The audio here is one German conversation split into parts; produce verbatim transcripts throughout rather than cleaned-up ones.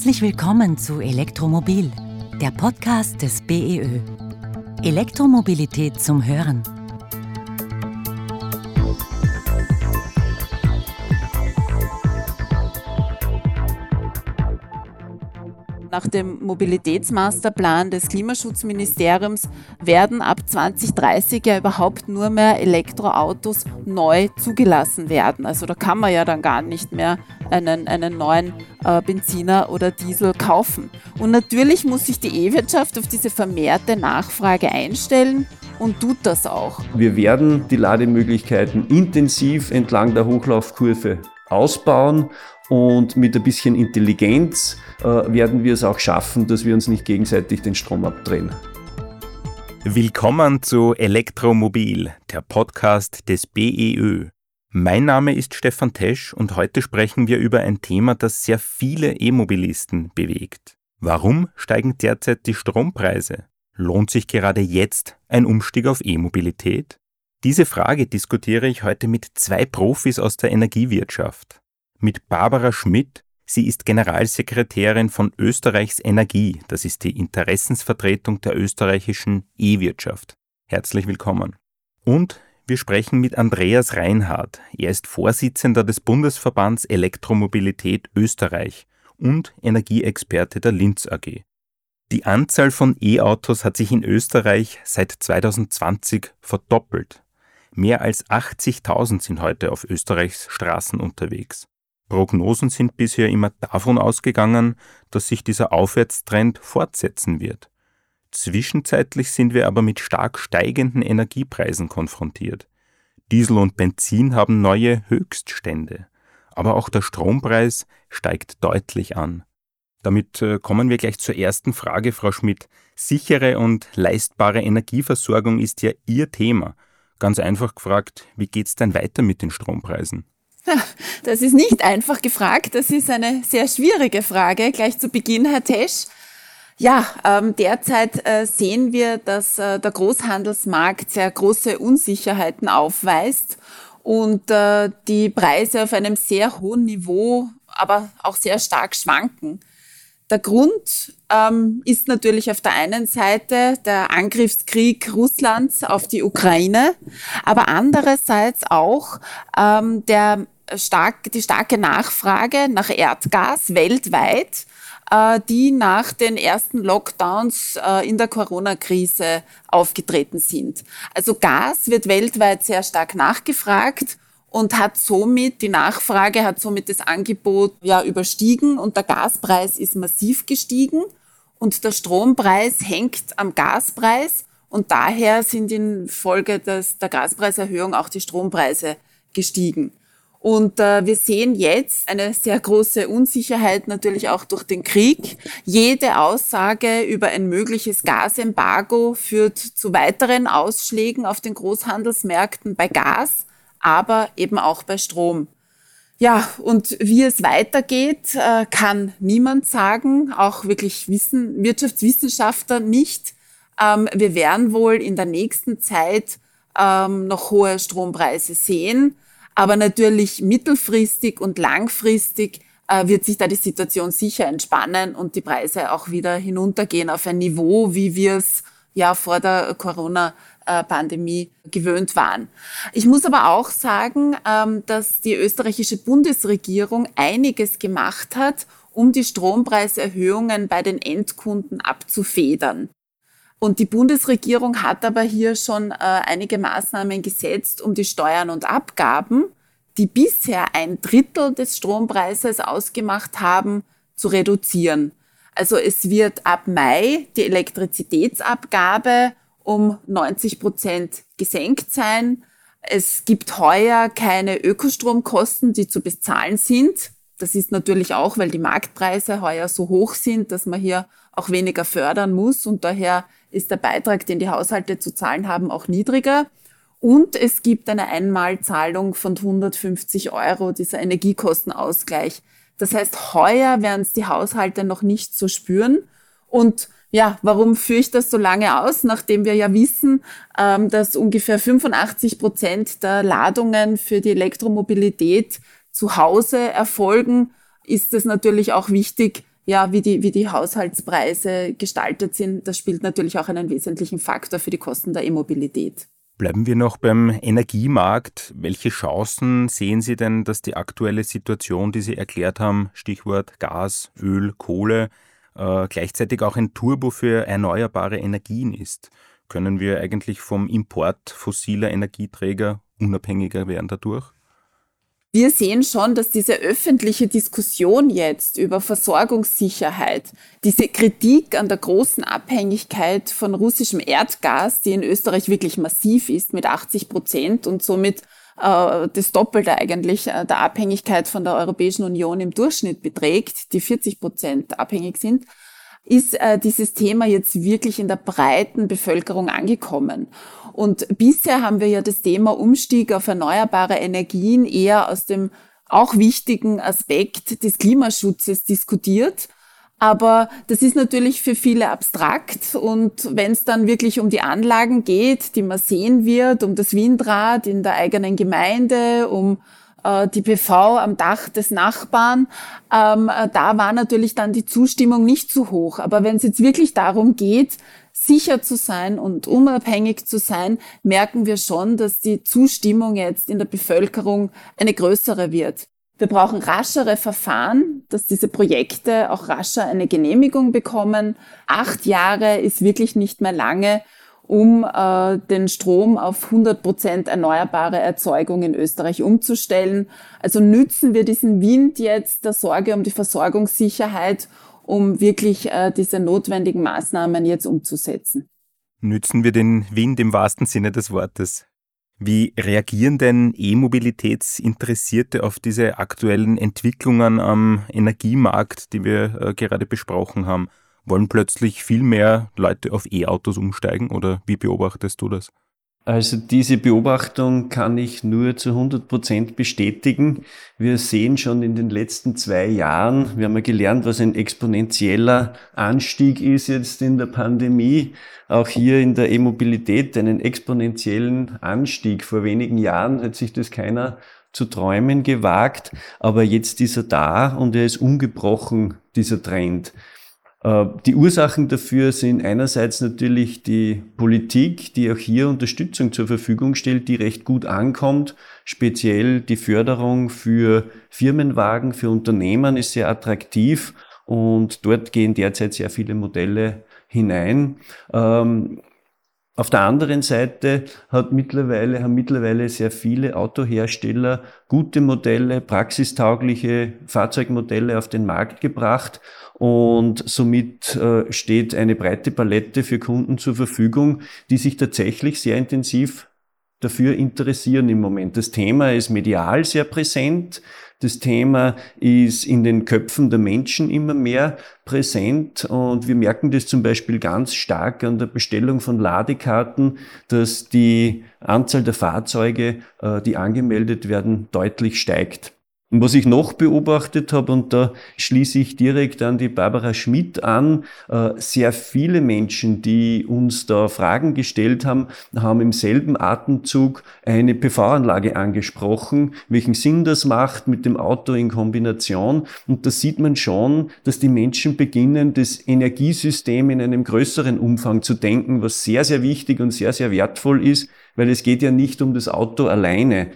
Herzlich willkommen zu Elektromobil, der Podcast des B E Ö. Elektromobilität zum Hören. Nach dem Mobilitätsmasterplan des Klimaschutzministeriums werden ab zwanzig dreißig ja überhaupt nur mehr Elektroautos neu zugelassen werden. Also da kann man ja dann gar nicht mehr einen, einen neuen äh, Benziner oder Diesel kaufen. Und natürlich muss sich die E-Wirtschaft auf diese vermehrte Nachfrage einstellen und tut das auch. Wir werden die Lademöglichkeiten intensiv entlang der Hochlaufkurve ausbauen. Und mit ein bisschen Intelligenz äh, werden wir es auch schaffen, dass wir uns nicht gegenseitig den Strom abdrehen. Willkommen zu Elektromobil, der Podcast des B E Ö. Mein Name ist Stefan Tesch und heute sprechen wir über ein Thema, das sehr viele E-Mobilisten bewegt. Warum steigen derzeit die Strompreise? Lohnt sich gerade jetzt ein Umstieg auf E-Mobilität? Diese Frage diskutiere ich heute mit zwei Profis aus der Energiewirtschaft. Mit Barbara Schmidt, sie ist Generalsekretärin von Österreichs Energie, das ist die Interessensvertretung der österreichischen E-Wirtschaft. Herzlich willkommen. Und wir sprechen mit Andreas Reinhardt, er ist Vorsitzender des Bundesverbands Elektromobilität Österreich und Energieexperte der Linz A G. Die Anzahl von E-Autos hat sich in Österreich seit zweitausendzwanzig verdoppelt. Mehr als achtzigtausend sind heute auf Österreichs Straßen unterwegs. Prognosen sind bisher immer davon ausgegangen, dass sich dieser Aufwärtstrend fortsetzen wird. Zwischenzeitlich sind wir aber mit stark steigenden Energiepreisen konfrontiert. Diesel und Benzin haben neue Höchststände, aber auch der Strompreis steigt deutlich an. Damit äh, kommen wir gleich zur ersten Frage, Frau Schmidt. Sichere und leistbare Energieversorgung ist ja Ihr Thema. Ganz einfach gefragt, wie geht's denn weiter mit den Strompreisen? Das ist nicht einfach gefragt, das ist eine sehr schwierige Frage. Gleich zu Beginn, Herr Tesch. Ja, ähm, derzeit äh, sehen wir, dass äh, der Großhandelsmarkt sehr große Unsicherheiten aufweist und äh, die Preise auf einem sehr hohen Niveau, aber auch sehr stark schwanken. Der Grund ähm, ist natürlich auf der einen Seite der Angriffskrieg Russlands auf die Ukraine, aber andererseits auch ähm, der stark, die starke Nachfrage nach Erdgas weltweit, äh, die nach den ersten Lockdowns äh, in der Corona-Krise aufgetreten sind. Also Gas wird weltweit sehr stark nachgefragt und hat somit, die Nachfrage hat somit das Angebot ja überstiegen und der Gaspreis ist massiv gestiegen und der Strompreis hängt am Gaspreis und daher sind in Folge des, der Gaspreiserhöhung auch die Strompreise gestiegen. Und äh, wir sehen jetzt eine sehr große Unsicherheit natürlich auch durch den Krieg. Jede Aussage über ein mögliches Gasembargo führt zu weiteren Ausschlägen auf den Großhandelsmärkten bei Gas, aber eben auch bei Strom. Ja, und wie es weitergeht, äh, kann niemand sagen, auch wirklich Wissen, Wirtschaftswissenschaftler nicht. Ähm, wir werden wohl in der nächsten Zeit ähm, noch hohe Strompreise sehen, aber natürlich mittelfristig und langfristig äh, wird sich da die Situation sicher entspannen und die Preise auch wieder hinuntergehen auf ein Niveau, wie wir es ja vor der Corona-Pandemie gewöhnt waren. Ich muss aber auch sagen, dass die österreichische Bundesregierung einiges gemacht hat, um die Strompreiserhöhungen bei den Endkunden abzufedern. Und die Bundesregierung hat aber hier schon einige Maßnahmen gesetzt, um die Steuern und Abgaben, die bisher ein Drittel des Strompreises ausgemacht haben, zu reduzieren. Also es wird ab Mai die Elektrizitätsabgabe um neunzig Prozent gesenkt sein. Es gibt heuer keine Ökostromkosten, die zu bezahlen sind. Das ist natürlich auch, weil die Marktpreise heuer so hoch sind, dass man hier auch weniger fördern muss und daher ist der Beitrag, den die Haushalte zu zahlen haben, auch niedriger. Und es gibt eine Einmalzahlung von hundertfünfzig Euro, dieser Energiekostenausgleich. Das heißt, heuer werden es die Haushalte noch nicht so spüren. Und ja, warum führe ich das so lange aus? Nachdem wir ja wissen, ähm, dass ungefähr fünfundachtzig Prozent der Ladungen für die Elektromobilität zu Hause erfolgen, ist es natürlich auch wichtig, ja, wie die, wie die Haushaltspreise gestaltet sind. Das spielt natürlich auch einen wesentlichen Faktor für die Kosten der E-Mobilität. Bleiben wir noch beim Energiemarkt. Welche Chancen sehen Sie denn, dass die aktuelle Situation, die Sie erklärt haben, Stichwort Gas, Öl, Kohle, äh, gleichzeitig auch ein Turbo für erneuerbare Energien ist? Können wir eigentlich vom Import fossiler Energieträger unabhängiger werden dadurch? Wir sehen schon, dass diese öffentliche Diskussion jetzt über Versorgungssicherheit, diese Kritik an der großen Abhängigkeit von russischem Erdgas, die in Österreich wirklich massiv ist mit achtzig Prozent und somit äh, das Doppelte eigentlich äh, der Abhängigkeit von der Europäischen Union im Durchschnitt beträgt, die vierzig Prozent abhängig sind, ist äh, dieses Thema jetzt wirklich in der breiten Bevölkerung angekommen. Und bisher haben wir ja das Thema Umstieg auf erneuerbare Energien eher aus dem auch wichtigen Aspekt des Klimaschutzes diskutiert. Aber das ist natürlich für viele abstrakt. Und wenn es dann wirklich um die Anlagen geht, die man sehen wird, um das Windrad in der eigenen Gemeinde, um äh, die P V am Dach des Nachbarn, ähm, da war natürlich dann die Zustimmung nicht so hoch. Aber wenn es jetzt wirklich darum geht, sicher zu sein und unabhängig zu sein, merken wir schon, dass die Zustimmung jetzt in der Bevölkerung eine größere wird. Wir brauchen raschere Verfahren, dass diese Projekte auch rascher eine Genehmigung bekommen. Acht Jahre ist wirklich nicht mehr lange, um äh, den Strom auf hundert Prozent erneuerbare Erzeugung in Österreich umzustellen. Also nützen wir diesen Wind jetzt der Sorge um die Versorgungssicherheit, um wirklich äh, diese notwendigen Maßnahmen jetzt umzusetzen. Nützen wir den Wind im wahrsten Sinne des Wortes. Wie reagieren denn E-Mobilitätsinteressierte auf diese aktuellen Entwicklungen am Energiemarkt, die wir äh, gerade besprochen haben? Wollen plötzlich viel mehr Leute auf E-Autos umsteigen oder wie beobachtest du das? Also diese Beobachtung kann ich nur zu hundert Prozent bestätigen. Wir sehen schon in den letzten zwei Jahren, wir haben ja gelernt, was ein exponentieller Anstieg ist jetzt in der Pandemie, auch hier in der E-Mobilität einen exponentiellen Anstieg. Vor wenigen Jahren hat sich das keiner zu träumen gewagt, aber jetzt ist er da und er ist ungebrochen, dieser Trend. Die Ursachen dafür sind einerseits natürlich die Politik, die auch hier Unterstützung zur Verfügung stellt, die recht gut ankommt. Speziell die Förderung für Firmenwagen, für Unternehmen ist sehr attraktiv und dort gehen derzeit sehr viele Modelle hinein. Ähm, Auf der anderen Seite hat mittlerweile, haben mittlerweile sehr viele Autohersteller gute Modelle, praxistaugliche Fahrzeugmodelle auf den Markt gebracht und somit äh, steht eine breite Palette für Kunden zur Verfügung, die sich tatsächlich sehr intensiv dafür interessieren im Moment. Das Thema ist medial sehr präsent. Das Thema ist in den Köpfen der Menschen immer mehr präsent und wir merken das zum Beispiel ganz stark an der Bestellung von Ladekarten, dass die Anzahl der Fahrzeuge, die angemeldet werden, deutlich steigt. Und was ich noch beobachtet habe, und da schließe ich direkt an die Barbara Schmidt an, sehr viele Menschen, die uns da Fragen gestellt haben, haben im selben Atemzug eine P V-Anlage angesprochen, welchen Sinn das macht mit dem Auto in Kombination. Und da sieht man schon, dass die Menschen beginnen, das Energiesystem in einem größeren Umfang zu denken, was sehr, sehr wichtig und sehr, sehr wertvoll ist, weil es geht ja nicht um das Auto alleine.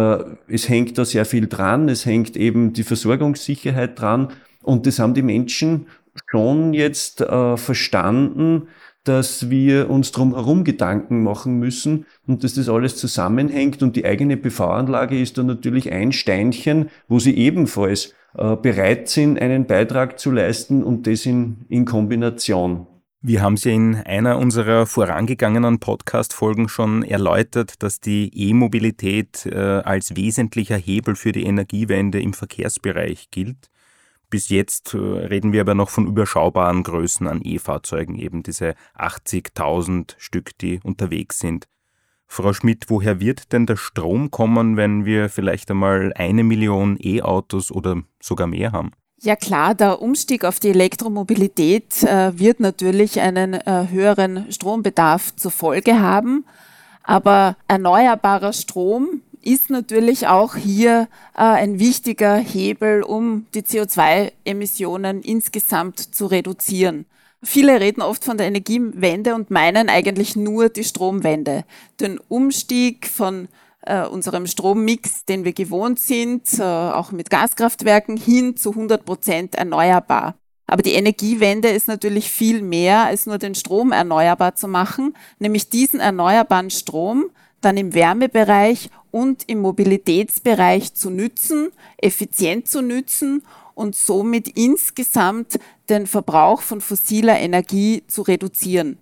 Es hängt da sehr viel dran, es hängt eben die Versorgungssicherheit dran und das haben die Menschen schon jetzt äh, verstanden, dass wir uns drumherum Gedanken machen müssen und dass das alles zusammenhängt und die eigene P V-Anlage ist dann natürlich ein Steinchen, wo sie ebenfalls äh, bereit sind, einen Beitrag zu leisten und das in, in Kombination. Wir haben es ja in einer unserer vorangegangenen Podcast-Folgen schon erläutert, dass die E-Mobilität äh, als wesentlicher Hebel für die Energiewende im Verkehrsbereich gilt. Bis jetzt äh, reden wir aber noch von überschaubaren Größen an E-Fahrzeugen, eben diese achtzigtausend Stück, die unterwegs sind. Frau Schmidt, woher wird denn der Strom kommen, wenn wir vielleicht einmal eine Million E-Autos oder sogar mehr haben? Ja klar, der Umstieg auf die Elektromobilität äh, wird natürlich einen äh, höheren Strombedarf zur Folge haben, aber erneuerbarer Strom ist natürlich auch hier äh, ein wichtiger Hebel, um die C O zwei Emissionen insgesamt zu reduzieren. Viele reden oft von der Energiewende und meinen eigentlich nur die Stromwende. Den Umstieg von äh, unserem Strommix, den wir gewohnt sind, äh, auch mit Gaskraftwerken, hin zu hundert Prozent erneuerbar. Aber die Energiewende ist natürlich viel mehr, als nur den Strom erneuerbar zu machen, nämlich diesen erneuerbaren Strom dann im Wärmebereich und im Mobilitätsbereich zu nützen, effizient zu nützen und somit insgesamt den Verbrauch von fossiler Energie zu reduzieren.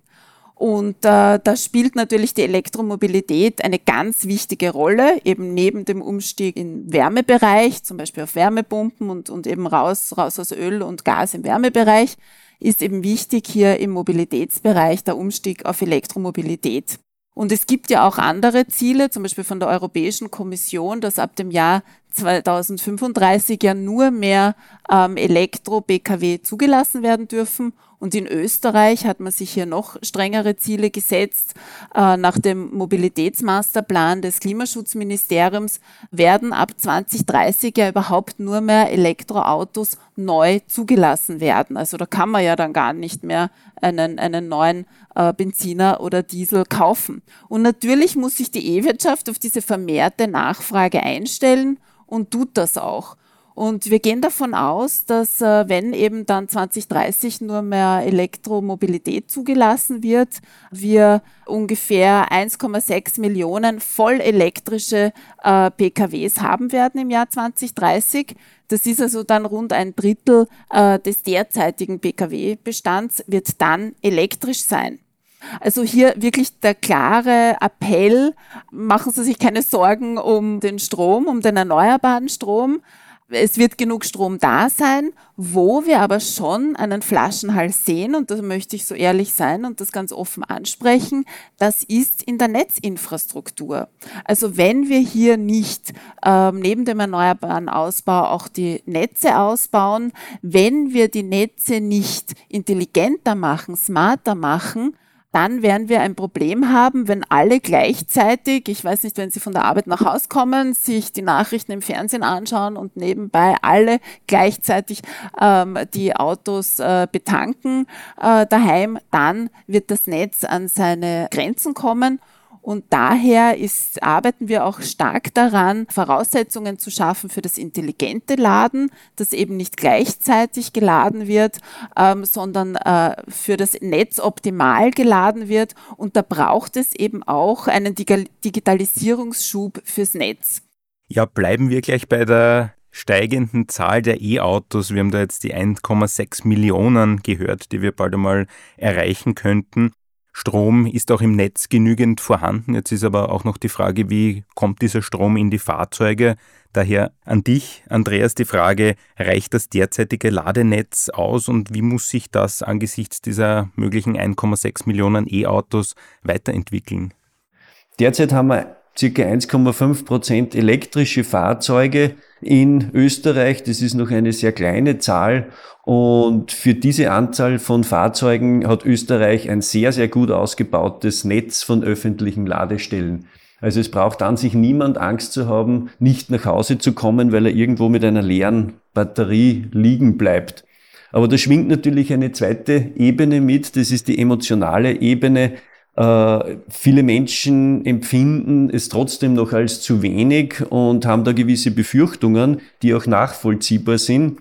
Und äh, da spielt natürlich die Elektromobilität eine ganz wichtige Rolle, eben neben dem Umstieg im Wärmebereich, zum Beispiel auf Wärmepumpen und, und eben raus, raus aus Öl und Gas im Wärmebereich, ist eben wichtig hier im Mobilitätsbereich der Umstieg auf Elektromobilität. Und es gibt ja auch andere Ziele, zum Beispiel von der Europäischen Kommission, dass ab dem Jahr zweitausendfünfunddreißig ja nur mehr ähm, Elektro-B K W zugelassen werden dürfen. Und in Österreich hat man sich hier noch strengere Ziele gesetzt. Äh, nach dem Mobilitätsmasterplan des Klimaschutzministeriums werden ab zweitausenddreißig ja überhaupt nur mehr Elektroautos neu zugelassen werden. Also da kann man ja dann gar nicht mehr einen, einen neuen äh, Benziner oder Diesel kaufen. Und natürlich muss sich die E-Wirtschaft auf diese vermehrte Nachfrage einstellen und tut das auch. Und wir gehen davon aus, dass äh, wenn eben dann zweitausenddreißig nur mehr Elektromobilität zugelassen wird, wir ungefähr eins Komma sechs Millionen vollelektrische äh, P K Ws haben werden im Jahr zweitausenddreißig. Das ist also dann rund ein Drittel äh, des derzeitigen P K W-Bestands wird dann elektrisch sein. Also hier wirklich der klare Appell, machen Sie sich keine Sorgen um den Strom, um den erneuerbaren Strom. Es wird genug Strom da sein, wo wir aber schon einen Flaschenhals sehen, und da möchte ich so ehrlich sein und das ganz offen ansprechen, das ist in der Netzinfrastruktur. Also wenn wir hier nicht ähm, neben dem erneuerbaren Ausbau auch die Netze ausbauen, wenn wir die Netze nicht intelligenter machen, smarter machen, dann werden wir ein Problem haben, wenn alle gleichzeitig, ich weiß nicht, wenn Sie von der Arbeit nach Hause kommen, sich die Nachrichten im Fernsehen anschauen und nebenbei alle gleichzeitig ähm, die Autos äh, betanken äh, daheim, dann wird das Netz an seine Grenzen kommen. Und daher ist, arbeiten wir auch stark daran, Voraussetzungen zu schaffen für das intelligente Laden, das eben nicht gleichzeitig geladen wird, ähm, sondern äh, für das Netz optimal geladen wird. Und da braucht es eben auch einen Dig- Digitalisierungsschub fürs Netz. Ja, bleiben wir gleich bei der steigenden Zahl der E-Autos. Wir haben da jetzt die eins Komma sechs Millionen gehört, die wir bald einmal erreichen könnten. Strom ist auch im Netz genügend vorhanden. Jetzt ist aber auch noch die Frage, wie kommt dieser Strom in die Fahrzeuge? Daher an dich, Andreas, die Frage, reicht das derzeitige Ladenetz aus und wie muss sich das angesichts dieser möglichen eins Komma sechs Millionen E-Autos weiterentwickeln? Derzeit haben wir circa eins Komma fünf Prozent elektrische Fahrzeuge in Österreich. Das ist noch eine sehr kleine Zahl. Und für diese Anzahl von Fahrzeugen hat Österreich ein sehr, sehr gut ausgebautes Netz von öffentlichen Ladestellen. Also es braucht an sich niemand Angst zu haben, nicht nach Hause zu kommen, weil er irgendwo mit einer leeren Batterie liegen bleibt. Aber da schwingt natürlich eine zweite Ebene mit. Das ist die emotionale Ebene. Uh, viele Menschen empfinden es trotzdem noch als zu wenig und haben da gewisse Befürchtungen, die auch nachvollziehbar sind.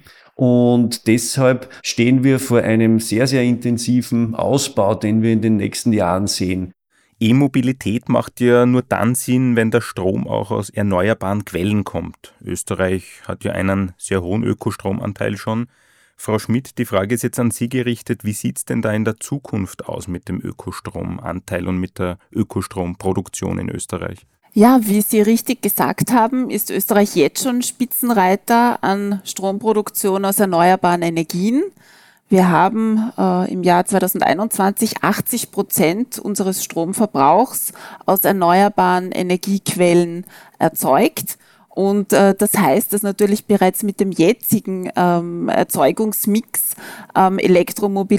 Und deshalb stehen wir vor einem sehr, sehr intensiven Ausbau, den wir in den nächsten Jahren sehen. E-Mobilität macht ja nur dann Sinn, wenn der Strom auch aus erneuerbaren Quellen kommt. Österreich hat ja einen sehr hohen Ökostromanteil schon. Frau Schmidt, die Frage ist jetzt an Sie gerichtet. Wie sieht es denn da in der Zukunft aus mit dem Ökostromanteil und mit der Ökostromproduktion in Österreich? Ja, wie Sie richtig gesagt haben, ist Österreich jetzt schon Spitzenreiter an Stromproduktion aus erneuerbaren Energien. Wir haben äh, im Jahr zweitausendeinundzwanzig achtzig Prozent unseres Stromverbrauchs aus erneuerbaren Energiequellen erzeugt. Und äh, das heißt, dass natürlich bereits mit dem jetzigen ähm, Erzeugungsmix ähm,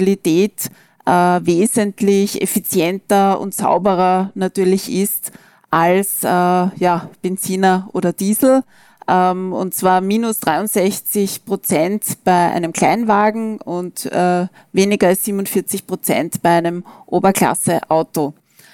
Elektromobilität äh, wesentlich effizienter und sauberer natürlich ist als äh, ja, Benziner oder Diesel. Ähm, und zwar minus dreiundsechzig Prozent bei einem Kleinwagen und äh, weniger als siebenundvierzig Prozent bei einem Oberklasse-Auto.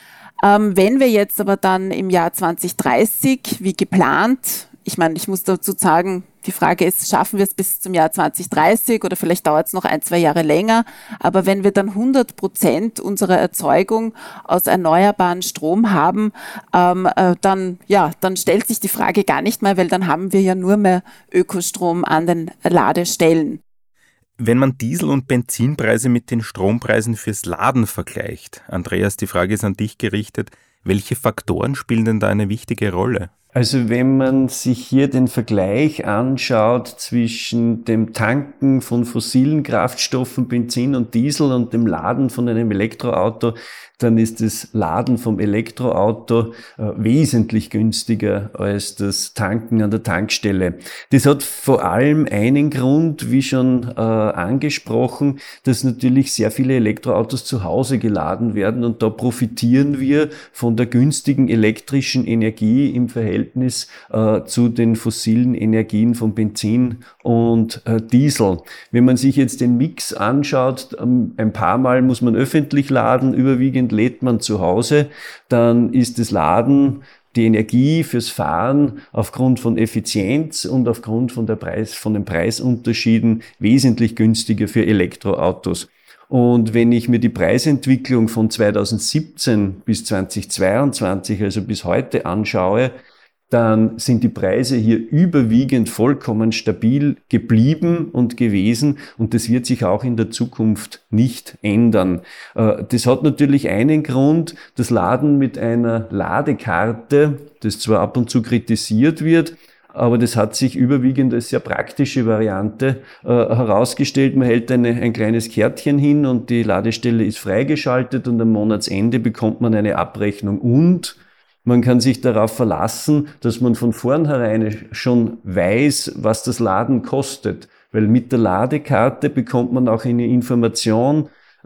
Ähm, wenn wir jetzt aber dann im Jahr zwanzig dreißig, wie geplant, ich meine, ich muss dazu sagen, die Frage ist, schaffen wir es bis zum Jahr zwanzig dreißig oder vielleicht dauert es noch ein, zwei Jahre länger. Aber wenn wir dann hundert Prozent unserer Erzeugung aus erneuerbaren Strom haben, ähm, äh, dann, ja, dann stellt sich die Frage gar nicht mehr, weil dann haben wir ja nur mehr Ökostrom an den Ladestellen. Wenn man Diesel- und Benzinpreise mit den Strompreisen fürs Laden vergleicht, Andreas, die Frage ist an dich gerichtet, welche Faktoren spielen denn da eine wichtige Rolle? Also wenn man sich hier den Vergleich anschaut zwischen dem Tanken von fossilen Kraftstoffen, Benzin und Diesel und dem Laden von einem Elektroauto, dann ist das Laden vom Elektroauto äh, wesentlich günstiger als das Tanken an der Tankstelle. Das hat vor allem einen Grund, wie schon äh, angesprochen, dass natürlich sehr viele Elektroautos zu Hause geladen werden und da profitieren wir von der günstigen elektrischen Energie im Verhältnis äh, zu den fossilen Energien von Benzin und äh, Diesel. Wenn man sich jetzt den Mix anschaut, ähm, ein paar Mal muss man öffentlich laden, überwiegend lädt man zu Hause, dann ist das Laden, die Energie fürs Fahren aufgrund von Effizienz und aufgrund von der Preis, von den Preisunterschieden wesentlich günstiger für Elektroautos. Und wenn ich mir die Preisentwicklung von zweitausendsiebzehn bis zweitausendzweiundzwanzig, also bis heute anschaue, dann sind die Preise hier überwiegend vollkommen stabil geblieben und gewesen und das wird sich auch in der Zukunft nicht ändern. Das hat natürlich einen Grund, das Laden mit einer Ladekarte, das zwar ab und zu kritisiert wird, aber das hat sich überwiegend als sehr praktische Variante äh, herausgestellt. Man hält eine, ein kleines Kärtchen hin und die Ladestelle ist freigeschaltet und am Monatsende bekommt man eine Abrechnung und man kann sich darauf verlassen, dass man von vornherein schon weiß, was das Laden kostet. Weil mit der Ladekarte bekommt man auch eine Information,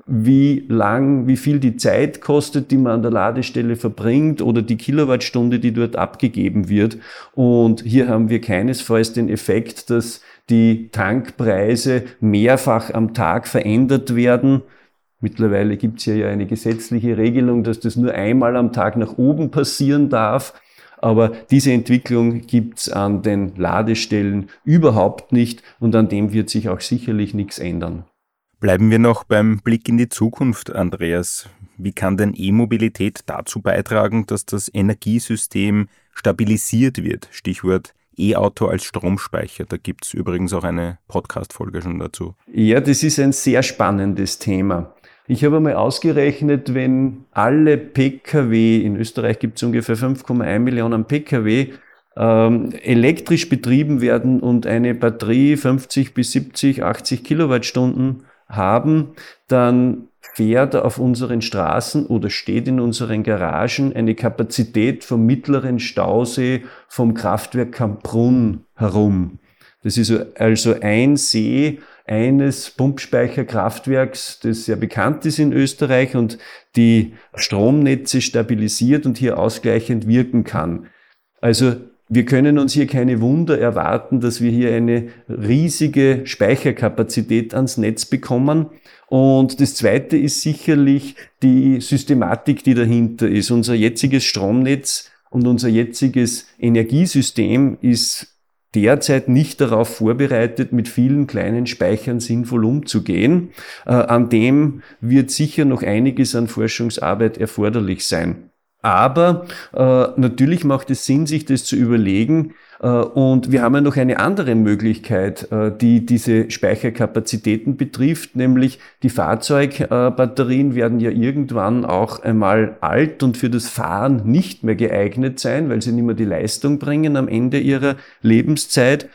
wie lang, wie viel die Zeit kostet, die man an der Ladestelle verbringt oder die Kilowattstunde, die dort abgegeben wird. Und hier haben wir keinesfalls den Effekt, dass die Tankpreise mehrfach am Tag verändert werden. Mittlerweile gibt es ja eine gesetzliche Regelung, dass das nur einmal am Tag nach oben passieren darf. Aber diese Entwicklung gibt es an den Ladestellen überhaupt nicht und an dem wird sich auch sicherlich nichts ändern. Bleiben wir noch beim Blick in die Zukunft, Andreas. Wie kann denn E-Mobilität dazu beitragen, dass das Energiesystem stabilisiert wird? Stichwort E-Auto als Stromspeicher. Da gibt es übrigens auch eine Podcast-Folge schon dazu. Ja, das ist ein sehr spannendes Thema. Ich habe einmal ausgerechnet, wenn alle Pkw, in Österreich gibt es ungefähr fünf Komma eins Millionen Pkw, ähm, elektrisch betrieben werden und eine Batterie fünfzig bis siebzig, achtzig Kilowattstunden haben, dann fährt auf unseren Straßen oder steht in unseren Garagen eine Kapazität vom mittleren Stausee vom Kraftwerk Kampbrunn herum. Das ist also ein See eines Pumpspeicherkraftwerks, das sehr bekannt ist in Österreich und die Stromnetze stabilisiert und hier ausgleichend wirken kann. Also wir können uns hier keine Wunder erwarten, dass wir hier eine riesige Speicherkapazität ans Netz bekommen. Und das Zweite ist sicherlich die Systematik, die dahinter ist. Unser jetziges Stromnetz und unser jetziges Energiesystem ist derzeit nicht darauf vorbereitet, mit vielen kleinen Speichern sinnvoll umzugehen. Äh, an dem wird sicher noch einiges an Forschungsarbeit erforderlich sein. Aber äh, natürlich macht es Sinn, sich das zu überlegen. Äh, und wir haben ja noch eine andere Möglichkeit, äh, die diese Speicherkapazitäten betrifft, nämlich die Fahrzeugbatterien äh, werden ja irgendwann auch einmal alt und für das Fahren nicht mehr geeignet sein, weil sie nicht mehr die Leistung bringen am Ende ihrer Lebenszeit.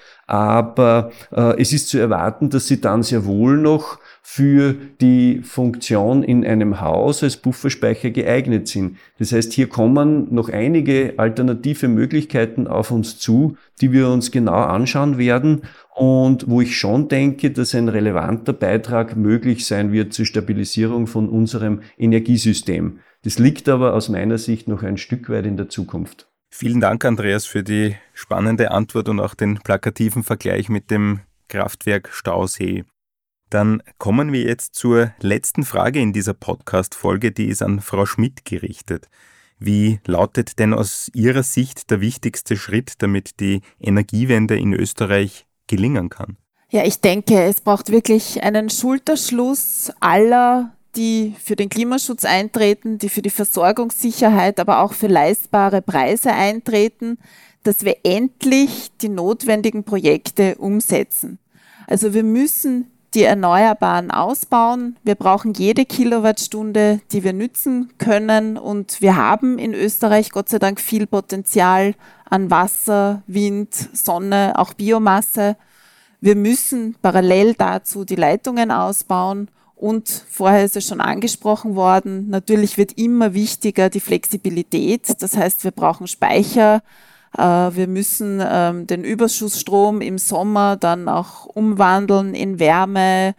Aber äh, es ist zu erwarten, dass sie dann sehr wohl noch für die Funktion in einem Haus als Pufferspeicher geeignet sind. Das heißt, hier kommen noch einige alternative Möglichkeiten auf uns zu, die wir uns genau anschauen werden und wo ich schon denke, dass ein relevanter Beitrag möglich sein wird zur Stabilisierung von unserem Energiesystem. Das liegt aber aus meiner Sicht noch ein Stück weit in der Zukunft. Vielen Dank, Andreas, für die spannende Antwort und auch den plakativen Vergleich mit dem Kraftwerk Stausee. Dann kommen wir jetzt zur letzten Frage in dieser Podcast-Folge, die ist an Frau Schmidt gerichtet. Wie lautet denn aus Ihrer Sicht der wichtigste Schritt, damit die Energiewende in Österreich gelingen kann? Ja, ich denke, es braucht wirklich einen Schulterschluss aller, die für den Klimaschutz eintreten, die für die Versorgungssicherheit, aber auch für leistbare Preise eintreten, dass wir endlich die notwendigen Projekte umsetzen. Also wir müssen die Erneuerbaren ausbauen. Wir brauchen jede Kilowattstunde, die wir nützen können. Und wir haben in Österreich Gott sei Dank viel Potenzial an Wasser, Wind, Sonne, auch Biomasse. Wir müssen parallel dazu die Leitungen ausbauen. Und vorher ist es schon angesprochen worden, natürlich wird immer wichtiger die Flexibilität. Das heißt, wir brauchen Speicher. Wir müssen den Überschussstrom im Sommer dann auch umwandeln in Wärme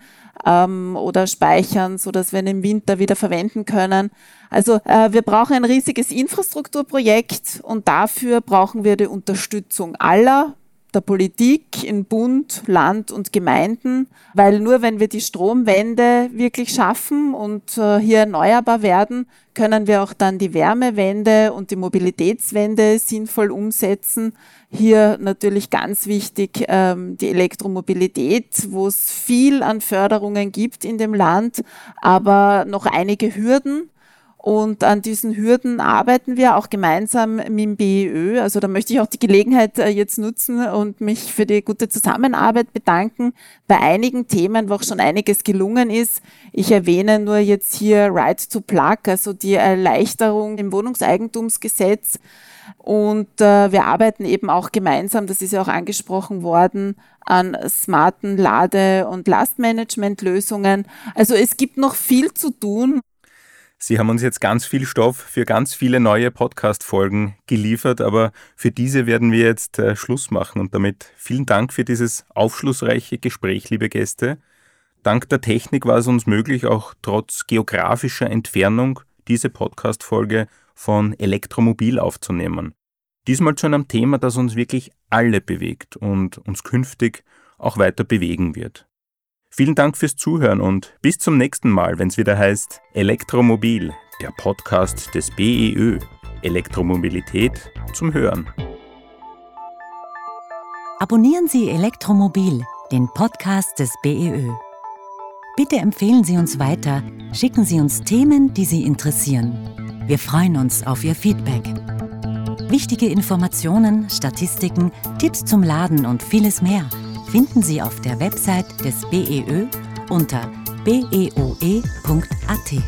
oder speichern, sodass wir ihn im Winter wieder verwenden können. Also wir brauchen ein riesiges Infrastrukturprojekt und dafür brauchen wir die Unterstützung aller, der Politik in Bund, Land und Gemeinden, weil nur wenn wir die Stromwende wirklich schaffen und äh, hier erneuerbar werden, können wir auch dann die Wärmewende und die Mobilitätswende sinnvoll umsetzen. Hier natürlich ganz wichtig ähm, die Elektromobilität, wo es viel an Förderungen gibt in dem Land, aber noch einige Hürden. Und an diesen Hürden arbeiten wir auch gemeinsam mit dem B E Ö. Also da möchte ich auch die Gelegenheit jetzt nutzen und mich für die gute Zusammenarbeit bedanken. Bei einigen Themen, wo auch schon einiges gelungen ist. Ich erwähne nur jetzt hier Right to Plug, also die Erleichterung im Wohnungseigentumsgesetz. Und äh, wir arbeiten eben auch gemeinsam, das ist ja auch angesprochen worden, an smarten Lade- und Lastmanagementlösungen. Also es gibt noch viel zu tun. Sie haben uns jetzt ganz viel Stoff für ganz viele neue Podcast-Folgen geliefert, aber für diese werden wir jetzt äh, Schluss machen und damit vielen Dank für dieses aufschlussreiche Gespräch, liebe Gäste. Dank der Technik war es uns möglich, auch trotz geografischer Entfernung diese Podcast-Folge von Elektromobil aufzunehmen. Diesmal zu einem Thema, das uns wirklich alle bewegt und uns künftig auch weiter bewegen wird. Vielen Dank fürs Zuhören und bis zum nächsten Mal, wenn es wieder heißt Elektromobil, der Podcast des B E Ö. Elektromobilität zum Hören. Abonnieren Sie Elektromobil, den Podcast des B E Ö. Bitte empfehlen Sie uns weiter, schicken Sie uns Themen, die Sie interessieren. Wir freuen uns auf Ihr Feedback. Wichtige Informationen, Statistiken, Tipps zum Laden und vieles mehr finden Sie auf der Website des B E Ö unter b e o e punkt a t.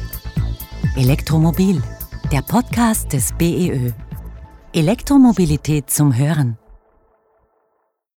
Elektromobil, der Podcast des B E Ö. Elektromobilität zum Hören.